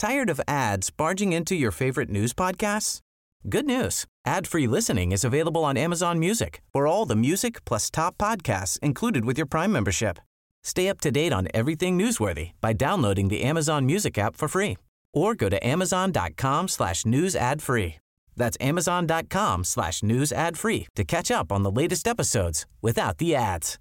Tired of ads barging into your favorite news podcasts? Good news. Ad-free listening is available on Amazon Music for all the music plus top podcasts included with your Prime membership. Stay up to date on everything newsworthy by downloading the Amazon Music app for free or go to amazon.com/news ad free. That's amazon.com/news ad free to catch up on the latest episodes without the ads.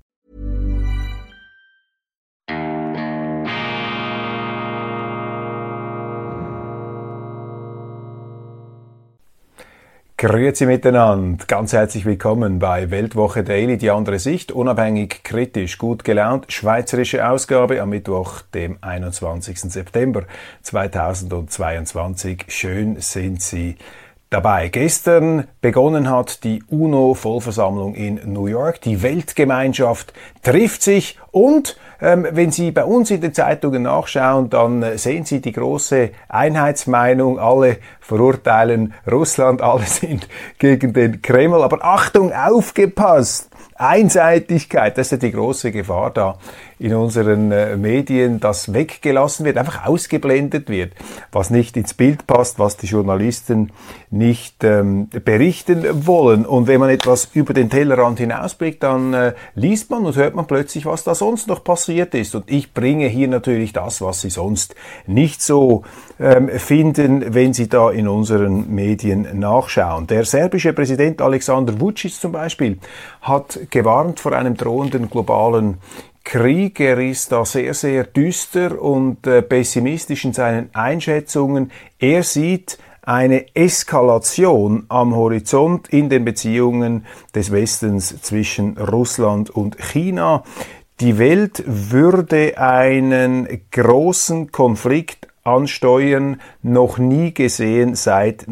Grüezi miteinander, ganz herzlich willkommen bei Weltwoche Daily, die andere Sicht, unabhängig, kritisch, gut gelaunt, schweizerische Ausgabe am Mittwoch, dem 21. September 2022. Schön sind Sie dabei. Gestern begonnen hat die UNO-Vollversammlung in New York. Die Weltgemeinschaft trifft sich und wenn Sie bei uns in den Zeitungen nachschauen, dann sehen Sie die große Einheitsmeinung. Alle verurteilen Russland, alle sind gegen den Kreml. Aber Achtung, aufgepasst! Einseitigkeit, das ist ja die große Gefahr da in unseren Medien, dass weggelassen wird, einfach ausgeblendet wird, was nicht ins Bild passt, was die Journalisten nicht berichten wollen. Und wenn man etwas über den Tellerrand hinausblickt, dann liest man und hört man plötzlich, was da sonst noch passiert ist. Und ich bringe hier natürlich das, was Sie sonst nicht so finden, wenn Sie da in unseren Medien nachschauen. Der serbische Präsident Aleksandar Vučić zum Beispiel hat gewarnt vor einem drohenden globalen Krieg. Er ist da sehr, sehr düster und pessimistisch in seinen Einschätzungen. Er sieht eine Eskalation am Horizont in den Beziehungen des Westens zwischen Russland und China. Die Welt würde einen großen Konflikt ansteuern, noch nie gesehen seit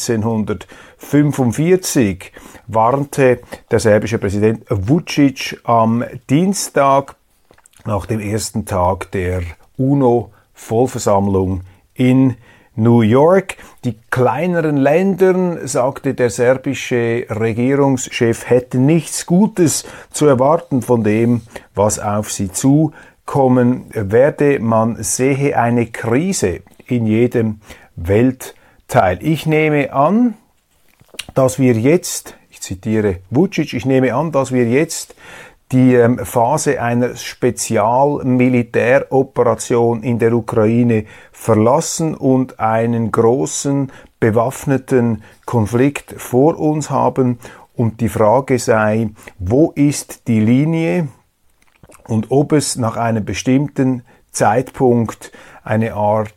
1945, warnte der serbische Präsident Vučić am Dienstag nach dem ersten Tag der UNO-Vollversammlung in New York. Die kleineren Länder, sagte der serbische Regierungschef, hätten nichts Gutes zu erwarten von dem, was auf sie zukommen werde. Man sehe eine Krise in jedem Weltteil. Ich nehme an, dass wir jetzt, ich zitiere Vučić, ich nehme an, dass wir jetzt die Phase einer Spezialmilitäroperation in der Ukraine verlassen und einen großen bewaffneten Konflikt vor uns haben. Und die Frage sei, wo ist die Linie und ob es nach einem bestimmten Zeitpunkt eine Art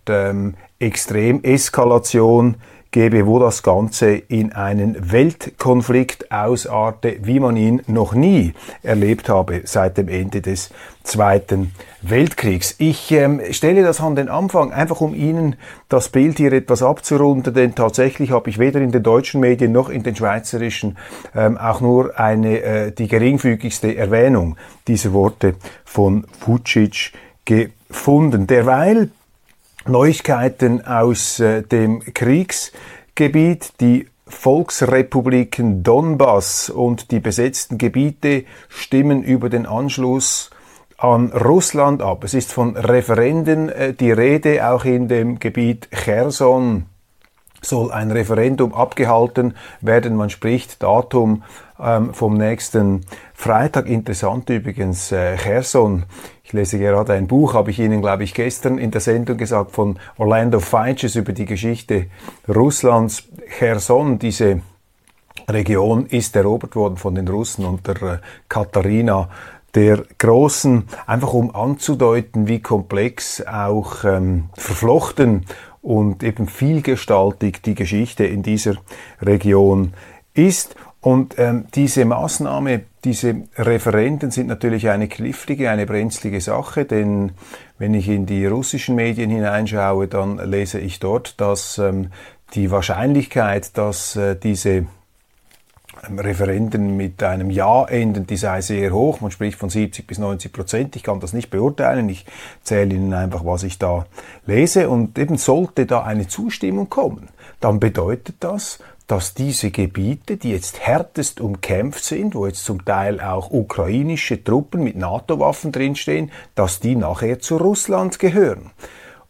Extremeskalation gäbe, wo das Ganze in einen Weltkonflikt ausarte, wie man ihn noch nie erlebt habe seit dem Ende des Zweiten Weltkriegs. Ich stelle das an den Anfang, einfach um Ihnen das Bild hier etwas abzurunden, denn tatsächlich habe ich weder in den deutschen Medien noch in den schweizerischen auch nur die geringfügigste Erwähnung dieser Worte von Vučić gefunden. Derweil Neuigkeiten aus dem Kriegsgebiet. Die Volksrepubliken Donbass und die besetzten Gebiete stimmen über den Anschluss an Russland ab. Es ist von Referenden die Rede, auch in dem Gebiet Cherson soll ein Referendum abgehalten werden. Man spricht Datum vom nächsten Freitag. Interessant übrigens, Cherson. Ich lese gerade ein Buch, habe ich Ihnen, glaube ich, gestern in der Sendung gesagt, von Orlando Figes über die Geschichte Russlands. Cherson, diese Region, ist erobert worden von den Russen unter Katharina der Großen, einfach um anzudeuten, wie komplex auch verflochten und eben vielgestaltig die Geschichte in dieser Region ist. Und diese Maßnahme, diese Referenden sind natürlich eine knifflige, eine brenzlige Sache, denn wenn ich in die russischen Medien hineinschaue, dann lese ich dort, dass die Wahrscheinlichkeit, dass diese Referenden mit einem Ja enden, die sei sehr hoch. Man spricht von 70-90%. Ich kann das nicht beurteilen. Ich zähle Ihnen einfach, was ich da lese. Und eben sollte da eine Zustimmung kommen, dann bedeutet das, dass diese Gebiete, die jetzt härtest umkämpft sind, wo jetzt zum Teil auch ukrainische Truppen mit NATO-Waffen drinstehen, dass die nachher zu Russland gehören.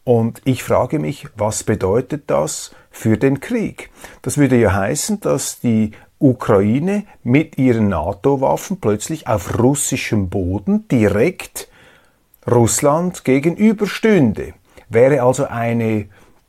Und ich frage mich, was bedeutet das für den Krieg? Das würde ja heißen, dass die Ukraine mit ihren NATO-Waffen plötzlich auf russischem Boden direkt Russland gegenüberstünde. Wäre also eine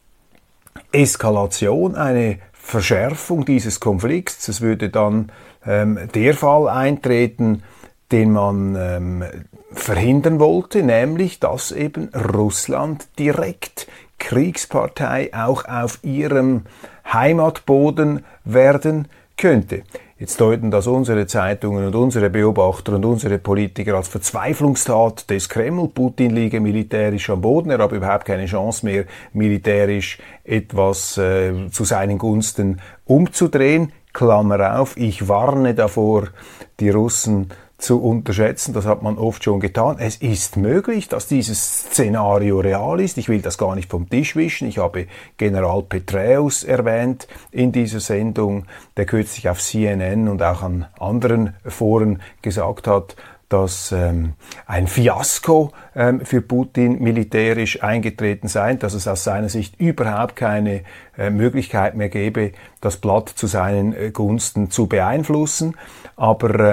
Eskalation, eine Verschärfung dieses Konflikts. Es würde dann der Fall eintreten, den man verhindern wollte, nämlich dass eben Russland direkt Kriegspartei auch auf ihrem Heimatboden werden könnte. Jetzt deuten das unsere Zeitungen und unsere Beobachter und unsere Politiker als Verzweiflungstat des Kreml. Putin liege militärisch am Boden, er habe überhaupt keine Chance mehr, militärisch etwas zu seinen Gunsten umzudrehen. Klammer auf, ich warne davor, die Russen zu unterschätzen, das hat man oft schon getan. Es ist möglich, dass dieses Szenario real ist. Ich will das gar nicht vom Tisch wischen. Ich habe General Petraeus erwähnt in dieser Sendung, der kürzlich auf CNN und auch an anderen Foren gesagt hat, dass ein Fiasko für Putin militärisch eingetreten sei, dass es aus seiner Sicht überhaupt keine Möglichkeit mehr gäbe, das Blatt zu seinen Gunsten zu beeinflussen. Aber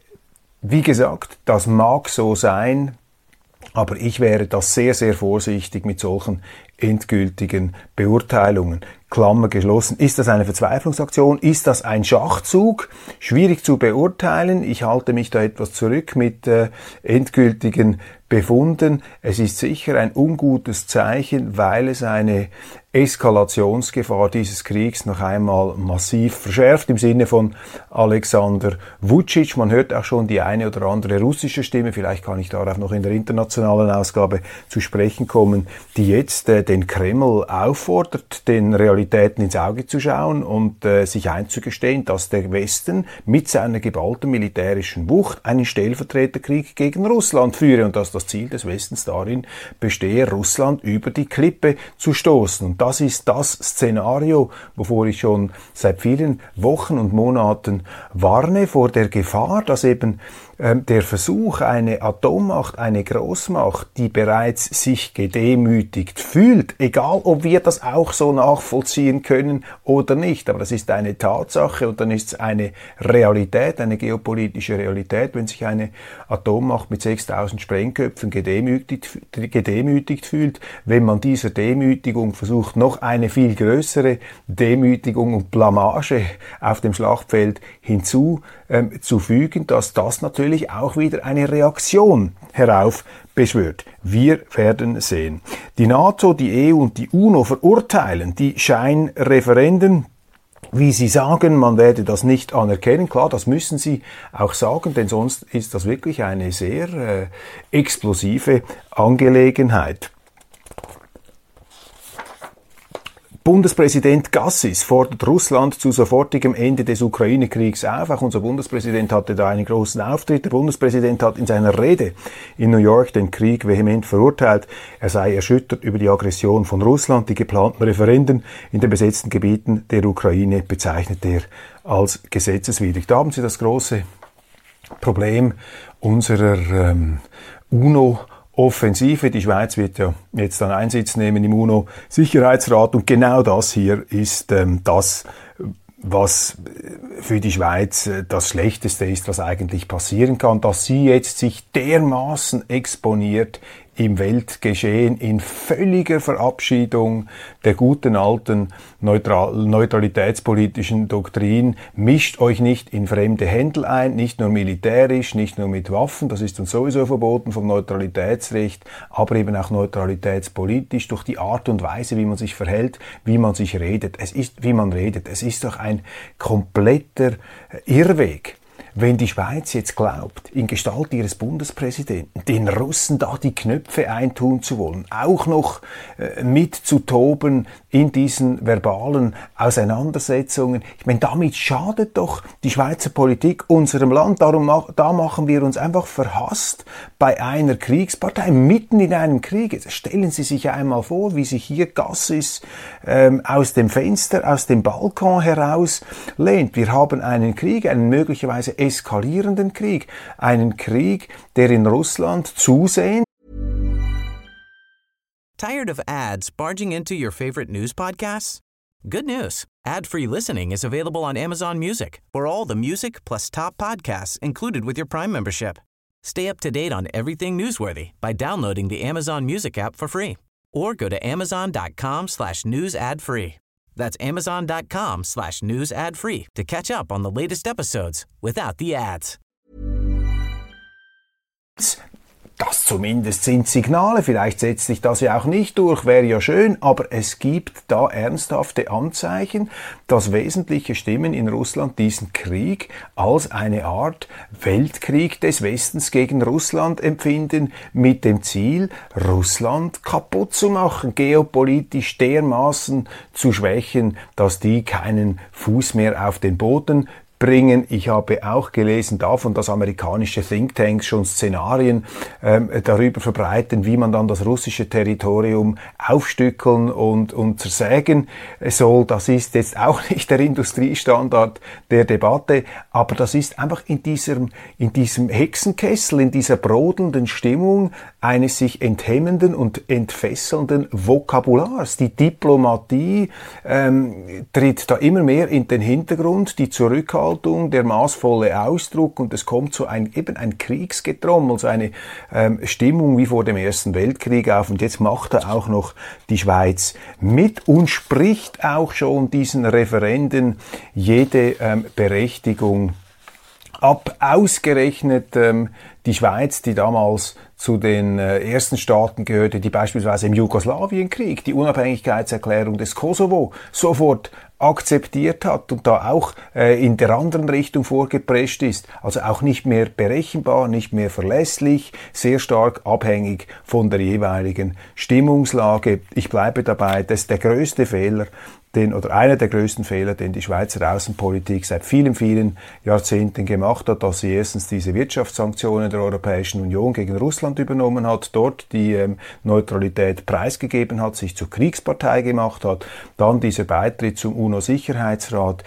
wie gesagt, das mag so sein, aber ich wäre das sehr, sehr vorsichtig mit solchen endgültigen Beurteilungen. Klammer geschlossen. Ist das eine Verzweiflungsaktion? Ist das ein Schachzug? Schwierig zu beurteilen. Ich halte mich da etwas zurück mit endgültigen Befunden. Es ist sicher ein ungutes Zeichen, weil es eine Eskalationsgefahr dieses Kriegs noch einmal massiv verschärft, im Sinne von Alexander Vučić. Man hört auch schon die eine oder andere russische Stimme, vielleicht kann ich darauf noch in der internationalen Ausgabe zu sprechen kommen, die jetzt den Kreml auffordert, den Realitäten ins Auge zu schauen und sich einzugestehen, dass der Westen mit seiner geballten militärischen Wucht einen Stellvertreterkrieg gegen Russland führe und dass das Ziel des Westens darin bestehe, Russland über die Klippe zu stoßen. Und das ist das Szenario, wovor ich schon seit vielen Wochen und Monaten warne, vor der Gefahr, dass eben der Versuch, eine Atommacht, eine Großmacht, die bereits sich gedemütigt fühlt, egal ob wir das auch so nachvollziehen können oder nicht, aber das ist eine Tatsache und dann ist es eine Realität, eine geopolitische Realität, wenn sich eine Atommacht mit 6000 Sprengköpfen gedemütigt fühlt, wenn man dieser Demütigung versucht, noch eine viel größere Demütigung und Blamage auf dem Schlachtfeld hinzuzufügen, dass das natürlich auch wieder eine Reaktion heraufbeschwört. Wir werden sehen. Die NATO, die EU und die UNO verurteilen die Scheinreferenden, wie sie sagen, man werde das nicht anerkennen. Klar, das müssen sie auch sagen, denn sonst ist das wirklich eine sehr explosive Angelegenheit. Bundespräsident Gassis fordert Russland zu sofortigem Ende des Ukraine-Kriegs auf. Auch unser Bundespräsident hatte da einen großen Auftritt. Der Bundespräsident hat in seiner Rede in New York den Krieg vehement verurteilt. Er sei erschüttert über die Aggression von Russland. Die geplanten Referenden in den besetzten Gebieten der Ukraine bezeichnet er als gesetzeswidrig. Da haben Sie das große Problem unserer UNO-Offensive. Die Schweiz wird ja jetzt dann Einsitz nehmen im UNO-Sicherheitsrat und genau das hier ist das, was für die Schweiz das Schlechteste ist, was eigentlich passieren kann, dass sie jetzt sich dermaßen exponiert im Weltgeschehen in völliger Verabschiedung der guten alten neutralitätspolitischen Doktrin. Mischt euch nicht in fremde Händel ein, nicht nur militärisch, nicht nur mit Waffen, das ist uns sowieso verboten vom Neutralitätsrecht, aber eben auch neutralitätspolitisch durch die Art und Weise, wie man sich verhält, wie man sich redet. Es ist doch ein kompletter Irrweg. Wenn die Schweiz jetzt glaubt, in Gestalt ihres Bundespräsidenten den Russen da die Knöpfe eintun zu wollen, auch noch mitzutoben in diesen verbalen Auseinandersetzungen, ich meine, damit schadet doch die Schweizer Politik unserem Land. Da machen wir uns einfach verhasst bei einer Kriegspartei, mitten in einem Krieg. Jetzt stellen Sie sich einmal vor, wie sich hier Gassis aus dem Fenster, aus dem Balkon heraus lehnt. Wir haben einen Krieg, einen möglicherweise eskalierenden Krieg, einen Krieg, der in Russland zusehends Tired of ads barging into your favorite news podcasts? Good news. Ad-free listening is available on Amazon Music for all the music plus top podcasts included with your Prime membership. Stay up to date on everything newsworthy by downloading the Amazon Music app for free or go to amazon.com/news ad free. That's amazon.com/news ad free to catch up on the latest episodes without the ads. Das zumindest sind Signale, vielleicht setzt sich das ja auch nicht durch, wäre ja schön, aber es gibt da ernsthafte Anzeichen, dass wesentliche Stimmen in Russland diesen Krieg als eine Art Weltkrieg des Westens gegen Russland empfinden, mit dem Ziel, Russland kaputt zu machen, geopolitisch dermaßen zu schwächen, dass die keinen Fuß mehr auf den Boden bringen. Ich habe auch gelesen davon, dass amerikanische Thinktanks schon Szenarien darüber verbreiten, wie man dann das russische Territorium aufstückeln und zersägen soll. Das ist jetzt auch nicht der Industriestandard der Debatte, aber das ist einfach in diesem Hexenkessel, in dieser brodelnden Stimmung eines sich enthemmenden und entfesselnden Vokabulars. Die Diplomatie tritt da immer mehr in den Hintergrund, die Zurückhaltung, der maßvolle Ausdruck, und es kommt so ein Kriegsgetrommel, so eine Stimmung wie vor dem Ersten Weltkrieg auf, und jetzt macht da auch noch die Schweiz mit und spricht auch schon diesen Referenden jede Berechtigung ab. Ausgerechnet die Schweiz, die damals zu den ersten Staaten gehörte, die beispielsweise im Jugoslawienkrieg die Unabhängigkeitserklärung des Kosovo sofort akzeptiert hat und da auch in der anderen Richtung vorgeprescht ist. Also auch nicht mehr berechenbar, nicht mehr verlässlich, sehr stark abhängig von der jeweiligen Stimmungslage. Ich bleibe dabei, das ist der größte Fehler, einer der größten Fehler, den die Schweizer Außenpolitik seit vielen, vielen Jahrzehnten gemacht hat, dass sie erstens diese Wirtschaftssanktionen der Europäischen Union gegen Russland übernommen hat, dort die Neutralität preisgegeben hat, sich zur Kriegspartei gemacht hat, dann dieser Beitritt zum UNO-Sicherheitsrat,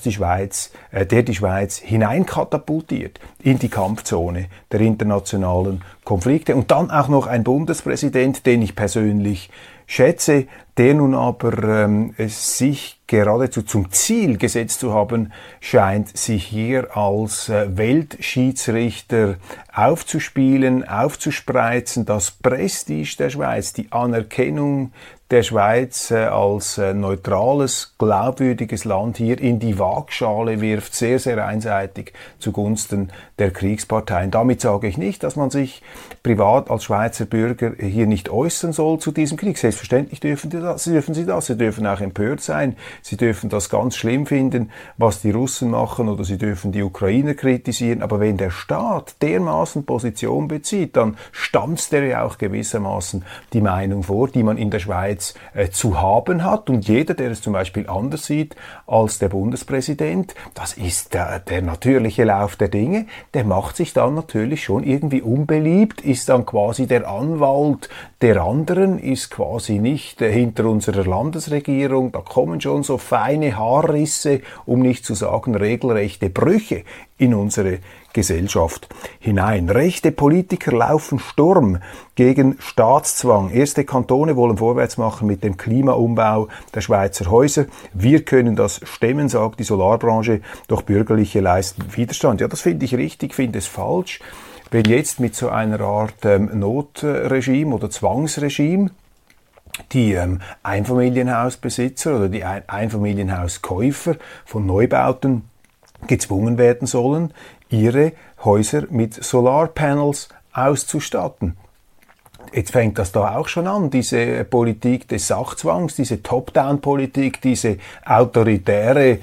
der die Schweiz hineinkatapultiert in die Kampfzone der internationalen Konflikte, und dann auch noch ein Bundespräsident, den ich persönlich schätze, der nun aber sich geradezu zum Ziel gesetzt zu haben scheint, sich hier als Weltschiedsrichter aufzuspielen, aufzuspreizen, das Prestige der Schweiz, die Anerkennung der Schweiz als neutrales, glaubwürdiges Land hier in die Waagschale wirft, sehr, sehr einseitig zugunsten der Kriegsparteien. Damit sage ich nicht, dass man sich privat als Schweizer Bürger hier nicht äußern soll zu diesem Krieg. Selbstverständlich dürfen sie das. Sie dürfen auch empört sein. Sie dürfen das ganz schlimm finden, was die Russen machen, oder sie dürfen die Ukrainer kritisieren. Aber wenn der Staat dermaßen Position bezieht, dann stanzt er ja auch gewissermaßen die Meinung vor, die man in der Schweiz zu haben hat. Und jeder, der es zum Beispiel anders sieht als der Bundespräsident, das ist der natürliche Lauf der Dinge, der macht sich dann natürlich schon irgendwie unbeliebt, ist dann quasi der Anwalt der anderen, ist quasi nicht hinter unserer Landesregierung. Da kommen schon so feine Haarrisse, um nicht zu sagen regelrechte Brüche in unsere Gesellschaft hinein. Rechte Politiker laufen Sturm gegen Staatszwang. Erste Kantone wollen vorwärts machen mit dem Klimaumbau der Schweizer Häuser. Wir können das stemmen, sagt die Solarbranche, doch Bürgerliche leisten Widerstand. Ja, das finde ich richtig, finde es falsch, wenn jetzt mit so einer Art Notregime oder Zwangsregime die Einfamilienhausbesitzer oder die Einfamilienhauskäufer von Neubauten gezwungen werden sollen, ihre Häuser mit Solarpanels auszustatten. Jetzt fängt das da auch schon an, diese Politik des Sachzwangs, diese Top-Down-Politik, diese autoritäre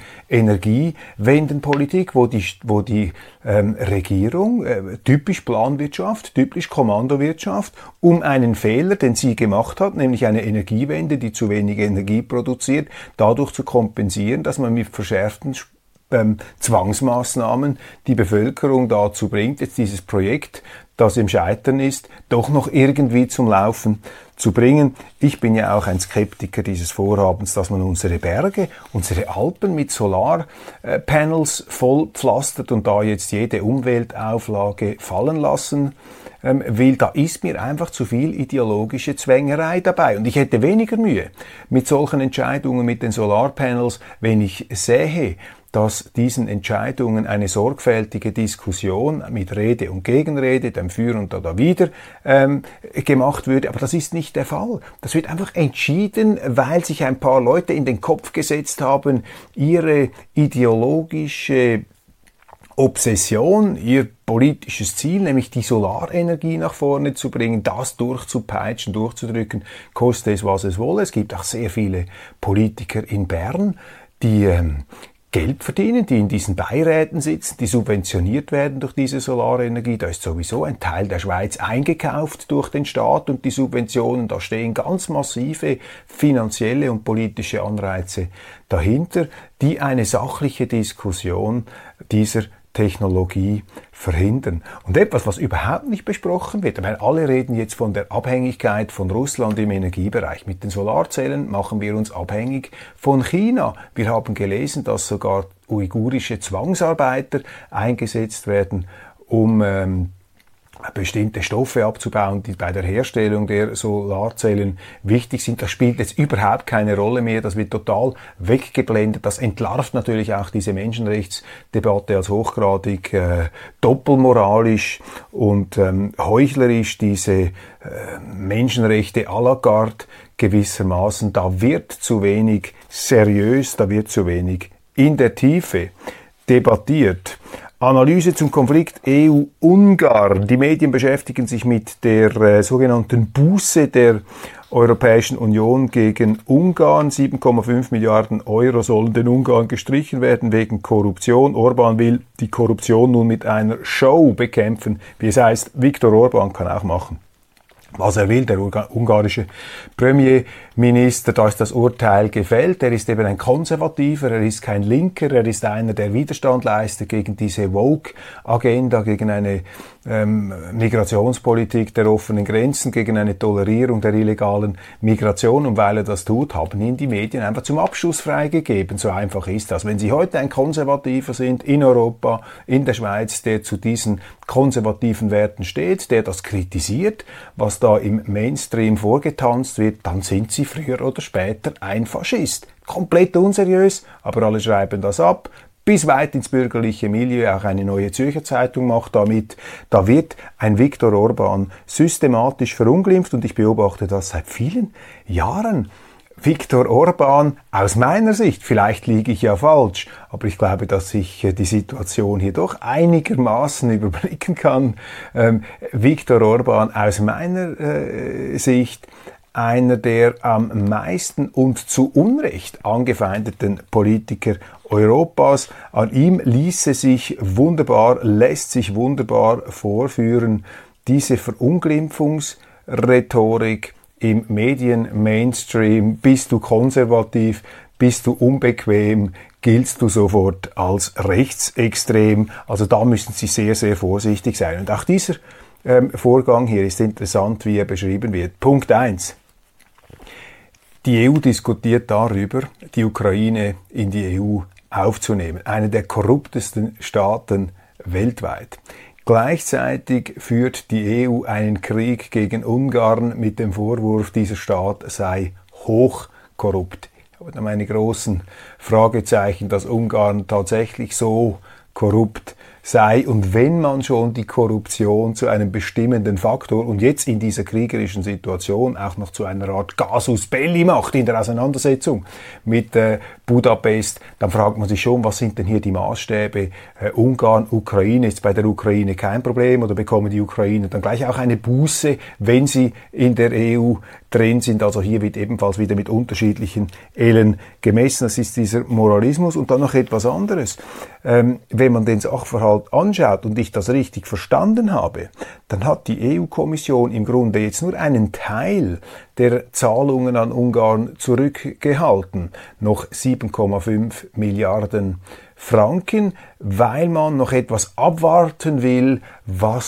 Energiewendenpolitik, wo die Regierung, typisch Planwirtschaft, typisch Kommandowirtschaft, um einen Fehler, den sie gemacht hat, nämlich eine Energiewende, die zu wenig Energie produziert, dadurch zu kompensieren, dass man mit verschärften Zwangsmaßnahmen die Bevölkerung dazu bringt, jetzt dieses Projekt, das im Scheitern ist, doch noch irgendwie zum Laufen zu bringen. Ich bin ja auch ein Skeptiker dieses Vorhabens, dass man unsere Berge, unsere Alpen mit Solarpanels voll pflastert und da jetzt jede Umweltauflage fallen lassen will, da ist mir einfach zu viel ideologische Zwängerei dabei. Und ich hätte weniger Mühe mit solchen Entscheidungen mit den Solarpanels, wenn ich sähe, dass diesen Entscheidungen eine sorgfältige Diskussion mit Rede und Gegenrede, dem Für und da Wider, gemacht würde. Aber das ist nicht der Fall. Das wird einfach entschieden, weil sich ein paar Leute in den Kopf gesetzt haben, ihre ideologische Obsession, ihr politisches Ziel, nämlich die Solarenergie nach vorne zu bringen, das durchzupeitschen, durchzudrücken, koste es, was es wolle. Es gibt auch sehr viele Politiker in Bern, die Geld verdienen, die in diesen Beiräten sitzen, die subventioniert werden durch diese Solarenergie. Da ist sowieso ein Teil der Schweiz eingekauft durch den Staat und die Subventionen. Da stehen ganz massive finanzielle und politische Anreize dahinter, die eine sachliche Diskussion dieser Technologie verhindern. Und etwas, was überhaupt nicht besprochen wird, weil alle reden jetzt von der Abhängigkeit von Russland im Energiebereich. Mit den Solarzellen machen wir uns abhängig von China. Wir haben gelesen, dass sogar uigurische Zwangsarbeiter eingesetzt werden, um bestimmte Stoffe abzubauen, die bei der Herstellung der Solarzellen wichtig sind. Das spielt jetzt überhaupt keine Rolle mehr. Das wird total weggeblendet. Das entlarvt natürlich auch diese Menschenrechtsdebatte als hochgradig doppelmoralisch und heuchlerisch. Diese Menschenrechte à la carte gewissermaßen. Da wird zu wenig seriös, da wird zu wenig in der Tiefe debattiert. Analyse zum Konflikt EU-Ungarn. Die Medien beschäftigen sich mit der sogenannten Buße der Europäischen Union gegen Ungarn. 7,5 Milliarden Euro sollen den Ungarn gestrichen werden wegen Korruption. Orban will die Korruption nun mit einer Show bekämpfen. Wie es heißt, Viktor Orban kann auch machen, was er will, der ungarische Premierminister. Da ist das Urteil gefällt. Er ist eben ein Konservativer, er ist kein Linker, er ist einer, der Widerstand leistet gegen diese Woke-Agenda, gegen eine Migrationspolitik der offenen Grenzen, gegen eine Tolerierung der illegalen Migration. Und weil er das tut, haben ihn die Medien einfach zum Abschuss freigegeben. So einfach ist das. Wenn Sie heute ein Konservativer sind in Europa, in der Schweiz, der zu diesen konservativen Werten steht, der das kritisiert, was da im Mainstream vorgetanzt wird, dann sind Sie früher oder später ein Faschist. Komplett unseriös, aber alle schreiben das ab. Bis weit ins bürgerliche Milieu, auch eine Neue Zürcher Zeitung macht damit. Da wird ein Viktor Orban systematisch verunglimpft und ich beobachte das seit vielen Jahren. Viktor Orban, aus meiner Sicht, vielleicht liege ich ja falsch, aber ich glaube, dass ich die Situation hier doch einigermaßen überblicken kann. Viktor Orban, aus meiner Sicht, einer der am meisten und zu Unrecht angefeindeten Politiker Europas. An ihm lässt sich wunderbar vorführen, diese Verunglimpfungsrhetorik im Medien-Mainstream. Bist du konservativ, bist du unbequem, giltst du sofort als rechtsextrem. Also da müssen Sie sehr, sehr vorsichtig sein. Und auch dieser Vorgang hier ist interessant, wie er beschrieben wird. Punkt 1. Die EU diskutiert darüber, die Ukraine in die EU aufzunehmen. Einer der korruptesten Staaten weltweit. Gleichzeitig führt die EU einen Krieg gegen Ungarn mit dem Vorwurf, dieser Staat sei hochkorrupt. Ich habe da meine großen Fragezeichen, dass Ungarn tatsächlich so korrupt sei. Und wenn man schon die Korruption zu einem bestimmenden Faktor und jetzt in dieser kriegerischen Situation auch noch zu einer Art Casus belli macht in der Auseinandersetzung mit Budapest, dann fragt man sich schon, was sind denn hier die Maßstäbe? Ungarn, Ukraine, ist bei der Ukraine kein Problem oder bekommen die Ukrainer dann gleich auch eine Buße, wenn sie in der EU drin sind? Also hier wird ebenfalls wieder mit unterschiedlichen Ellen gemessen. Das ist dieser Moralismus. Und dann noch etwas anderes. Wenn man den Sachverhalt anschaut und ich das richtig verstanden habe, dann hat die EU-Kommission im Grunde jetzt nur einen Teil der Zahlungen an Ungarn zurückgehalten, noch 7,5 Milliarden Franken, weil man noch etwas abwarten will, was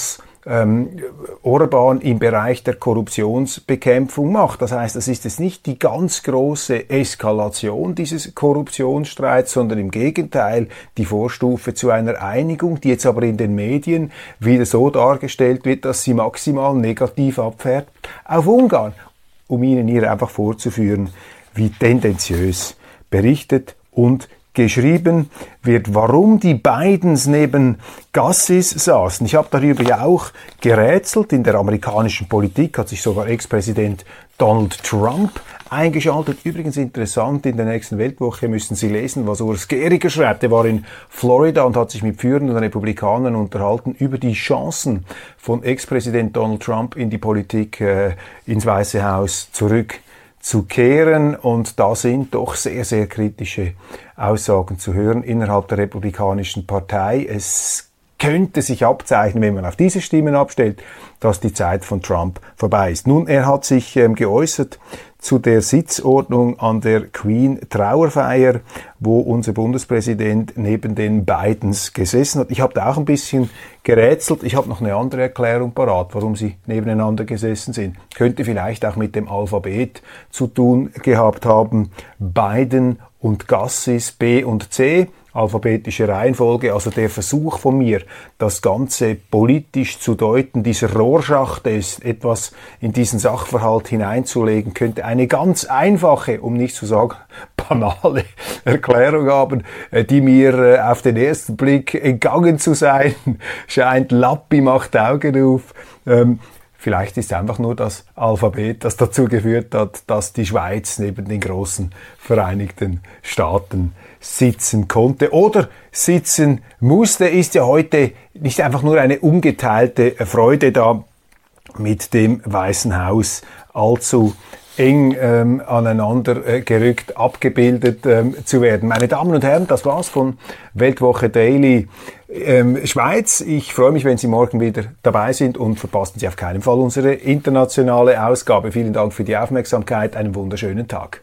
Orbán im Bereich der Korruptionsbekämpfung macht. Das heißt, das ist jetzt nicht die ganz große Eskalation dieses Korruptionsstreits, sondern im Gegenteil die Vorstufe zu einer Einigung, die jetzt aber in den Medien wieder so dargestellt wird, dass sie maximal negativ abfährt auf Ungarn, um Ihnen hier einfach vorzuführen, wie tendenziös berichtet und geschrieben wird, warum die Bidens neben Gassis saßen. Ich habe darüber ja auch gerätselt. In der amerikanischen Politik hat sich sogar Ex-Präsident Donald Trump eingeschaltet. Übrigens interessant, in der nächsten Weltwoche müssen Sie lesen, was Urs Gehriger schreibt. Er war in Florida und hat sich mit führenden Republikanern unterhalten über die Chancen von Ex-Präsident Donald Trump in die Politik, ins Weiße Haus zurückzukehren. Und da sind doch sehr, sehr kritische Aussagen zu hören innerhalb der Republikanischen Partei. Es könnte sich abzeichnen, wenn man auf diese Stimmen abstellt, dass die Zeit von Trump vorbei ist. Nun, er hat sich geäußert zu der Sitzordnung an der Queen-Trauerfeier, wo unser Bundespräsident neben den Bidens gesessen hat. Ich habe da auch ein bisschen gerätselt. Ich habe noch eine andere Erklärung parat, warum sie nebeneinander gesessen sind. Könnte vielleicht auch mit dem Alphabet zu tun gehabt haben. Biden und Gassis, B und C, alphabetische Reihenfolge, also der Versuch von mir, das Ganze politisch zu deuten, dieser Rorschach-Test, etwas in diesen Sachverhalt hineinzulegen, könnte eine ganz einfache, um nicht zu sagen banale Erklärung haben, die mir auf den ersten Blick entgangen zu sein scheint. Lappi macht Augen auf. Vielleicht ist einfach nur das Alphabet, das dazu geführt hat, dass die Schweiz neben den großen Vereinigten Staaten sitzen konnte oder sitzen musste. Ist ja heute nicht einfach nur eine ungeteilte Freude da, mit dem Weißen Haus allzu eng aneinander gerückt, abgebildet zu werden. Meine Damen und Herren, das war's von Weltwoche Daily Schweiz. Ich freue mich, wenn Sie morgen wieder dabei sind und verpassen Sie auf keinen Fall unsere internationale Ausgabe. Vielen Dank für die Aufmerksamkeit. Einen wunderschönen Tag.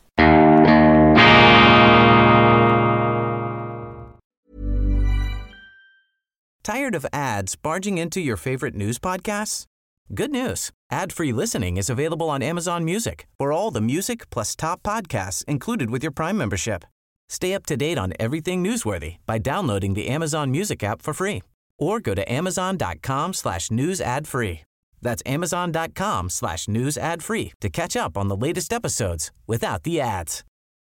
Tired of ads barging into your favorite news podcasts? Good news. Ad-free listening is available on Amazon Music for all the music plus top podcasts included with your Prime membership. Stay up to date on everything newsworthy by downloading the Amazon Music app for free or go to amazon.com/news ad free. That's amazon.com/news ad free to catch up on the latest episodes without the ads.